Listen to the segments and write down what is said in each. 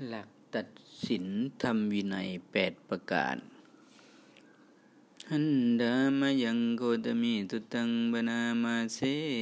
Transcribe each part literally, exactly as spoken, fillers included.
หลักตัดสินธรรมวินัยแปดประการหันดามยังโคตมิตุตังบนามาเส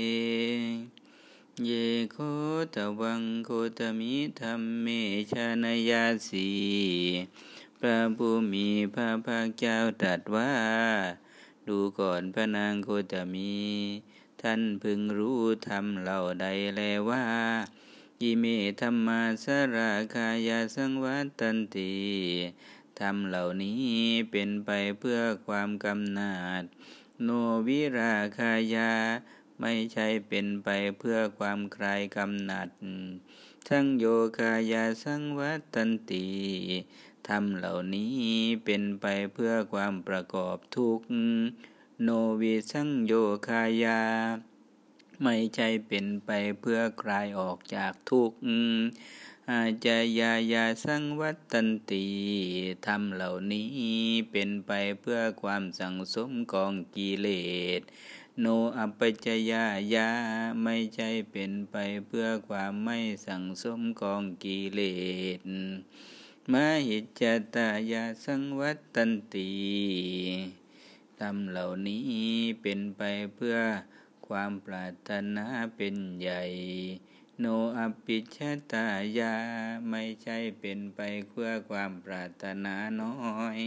เยโคตวังโคตมิธรรมเมชานายาสีพระผู้มีพระภาคเจ้าตรัสว่าดูก่อนพระนางโคตมีท่านพึงรู้ธรรมเหล่าใดแลว่าอิเมธัมมาสราคายาสังวัตตันติธรรมเหล่านี้เป็นไปเพื่อความกำหนัดโนวิราคายาไม่ใช่เป็นไปเพื่อความคลายกำหนัดทั้งโยคายาสังวัตตันติธรรมเหล่านี้เป็นไปเพื่อความประกอบทุกข์โนวิสังโยคายาไม่ใช่เป็นไปเพื่อคลายออกจากทุกข์อาจายายาสังวัตตันติธรรมเหล่านี้เป็นไปเพื่อความสังสมกองกิเลสโนอัปปจยายาไม่ใช่เป็นไปเพื่อความไม่สังสมกองกิเลสมหิจจตายาสังวัตตันติธรรมเหล่านี้เป็นไปเพื่อความปรารถนาเป็นใหญ่โนอภิชฌตายาไม่ใช่เป็นไปเพื่อความปรารถนาน้อย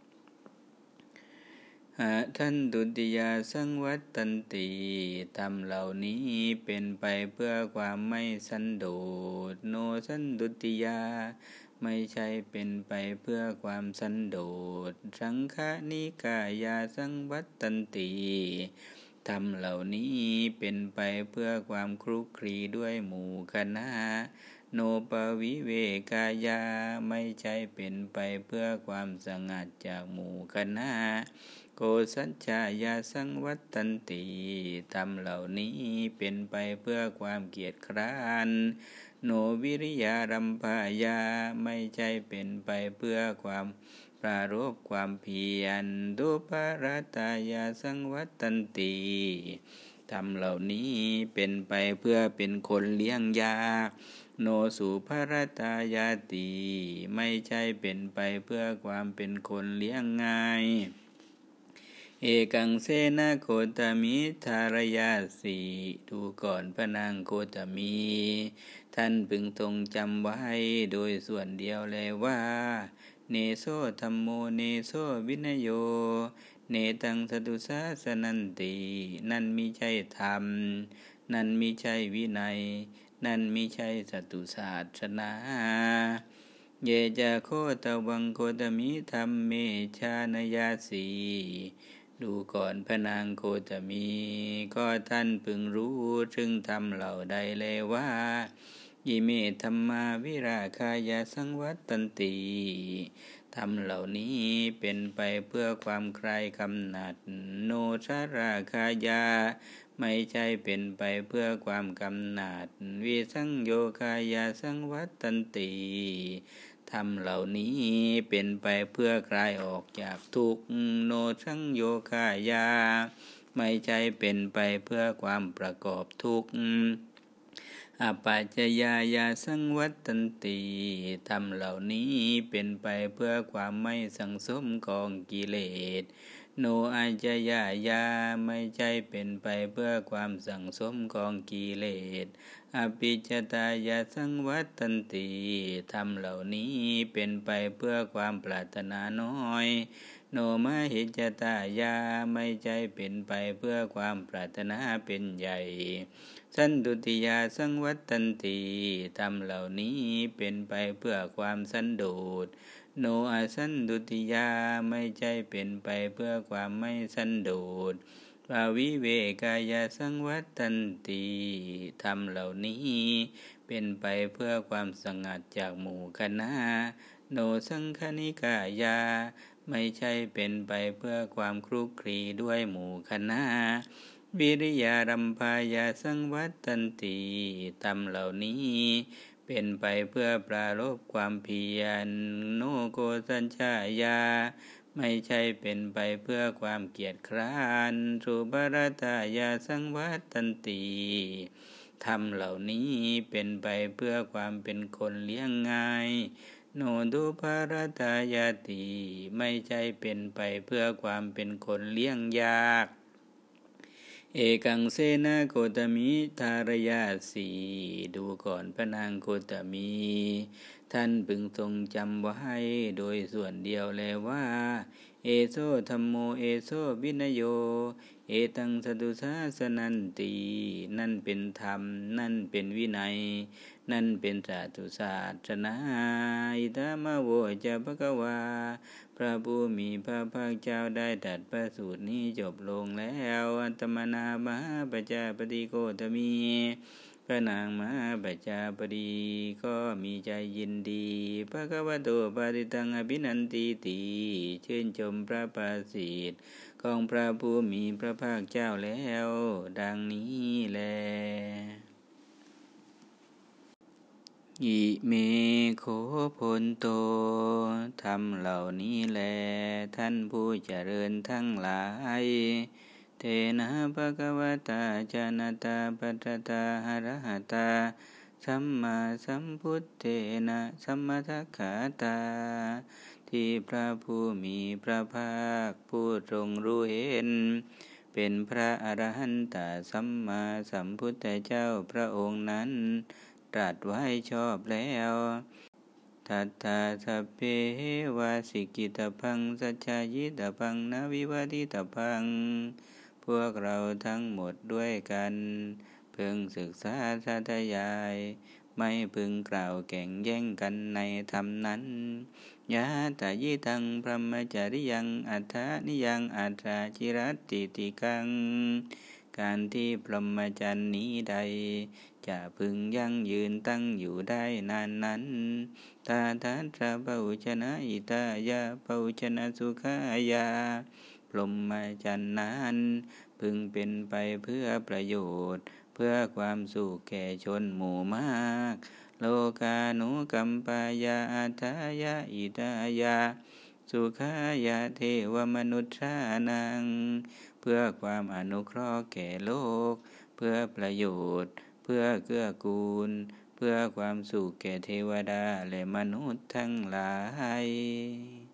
หาทันตุติยาสังวัตตันติธรรมเหล่านี้เป็นไปเพื่อความไม่สันโดษโนสันตุติยาไม่ใช่เป็นไปเพื่อความสันโดษสังฆนิกายาสังวัตตันติธรรมเหล่านี้เป็นไปเพื่อความคลุกคลีด้วยหมู่คณะโนปวิเวกายาไม่ใช่เป็นไปเพื่อความสงัดจากหมู่คณะโกสัจจายาสังวัตตันติธรรมเหล่านี้เป็นไปเพื่อความเกียจคร้านโนวิริยารัมภายาไม่ใช่เป็นไปเพื่อความปรารภความเพียรดุปรัตตายาสังวัตตันติธรรมเหล่านี้เป็นไปเพื่อเป็นคนเลี้ยงยากโนสุภรตายาติไม่ใช่เป็นไปเพื่อความเป็นคนเลี้ยงง่ายเอกังเสนาโคตมิธารยาสีดูก่อนพระนางโคตมีท่านพึงทรงจำไว้โดยส่วนเดียวเลยว่าเนโสธัมโมเนโสวินโยเนตังสตุสาสนันตินั่นมิใช่ธรรมนั่นมิใช่วินัยนั่นมิใช่สตุศาสนาเยจาโคตวังโคตมิธรรมเมชานายาสีดูก่อนพระนางโคตมีก็ท่านพึงรู้ถึงธรรมเหล่าใดเลยว่ายิเมธัมมาวิราคายาสังวัตตันติธรรมเหล่านี้เป็นไปเพื่อความใคร่กำหนัดโนชาราคายาไม่ใช่เป็นไปเพื่อความกำหนัดวิสังโยคายาสังวัตตันติธรรมเหล่านี้เป็นไปเพื่อคลายออกจากทุกข์โนสังโยคายาไม่ใช่เป็นไปเพื่อความประกอบทุกข์อปัจจยายาสังวัตตันติธรรมเหล่านี้เป็นไปเพื่อความไม่สังสมกองกิเลสโนอาจยายาไม่ใช่เป็นไปเพื่อความสังสมกองกิเลสอภิจตายาสังวัตตันติธรรมเหล่านี้เป็นไปเพื่อความปรารถนาน้อยโนมหิจตายาไม่ใช่เป็นไปเพื่อความปรารถนาเป็นใหญ่สันตุติยาสังวัตตันติธรรมเหล่านี้เป็นไปเพื่อความสันโดษโนอสันตุติยาไม่ใช่เป็นไปเพื่อความไม่สันโดษภาวิเวกายาสังวัตตันติธรรมเหล่านี้เป็นไปเพื่อความสงัดจากหมู่คณะโนสังคณิกายาไม่ใช่เป็นไปเพื่อความคลุกคลีด้วยหมู่คณะวิริยารัมภายาสังวัตตันติธรรมเหล่านี้เป็นไปเพื่อปรารภความเพียรโนโกสัญชายาไม่ใช่เป็นไปเพื่อความเกียจคร้านสุภรตายาสังวัตตันติธรรมเหล่านี้เป็นไปเพื่อความเป็นคนเลี้ยงง่ายโนดุภารตายาติไม่ใช่เป็นไปเพื่อความเป็นคนเลี้ยงยากเอกังเสนาโคตมิทารยาสีดูก่อนพระนางโคตมีท่านพึงทรงจำไว้โดยส่วนเดียวแลว่าเอโซธัมโมเอโซวินโยเอตังสตุสาสนันตินั่นเป็นธรรมนั่นเป็นวินัยนั่นเป็นสาธุศาสนาอิตามะโวจะภควาพระผู้มีพระภาคเจ้าได้ตรัสพระสูตรนี้จบลงแล้วอัตมนามหาปัจจาปฏิโกตมีพระนางมหาปัจจาปฏิก็มีใจยินดีภควโตปาติตังอภินันติติชื่นชมพระภาสิทธิ์ของพระผู้มีพระภาคเจ้าแล้วดังนี้แลอิเมโคพลโตธรรมเหล่านี้แลท่านผู้เจริญทั้งหลายเทนะภะคะวะตาจานะตาปัตตาหะระหะตาสัมมาสัมพุทเทนะสัมมาทัคขาตาที่พระผู้มีพระภาคผู้ทรงรู้เห็นเป็นพระอรหันตสัมมาสัมพุทธเจ้าพระองค์นั้นตรัสไว้ชอบแล้วทัตตาสัพเพวาสิกิตพังสัจจายิตพังนาวิวัติตพังพวกเราทั้งหมดด้วยกันพึงศึกษาสาธยายไม่พึงกล่าวแข่งแย่งกันในธรรมนั้นยะตายิตังพรหมจริยังอัฏฐานิยังอัฏฐาจิรัตติติกังการที่พรหมจรรย์นี้ใดจะพึงยั่งยืนตั้งอยู่ได้นานนั้นตาทัตถะปอุชนะอิตายะปอุชนะสุขายาพรหมจรรย์นั้นพึงเป็นไปเพื่อประโยชน์เพื่อความสุขแก่ชนหมู่มากโลกานุกัมปายาอัฏฐายะอิตายะสุขายะเทวมนุษย์านังเพื่อความอนุเคราะห์แก่โลกเพื่อประโยชน์เพื่อเกื้อกูลเพื่อความสุขแก่เทวดาและมนุษย์ทั้งหลาย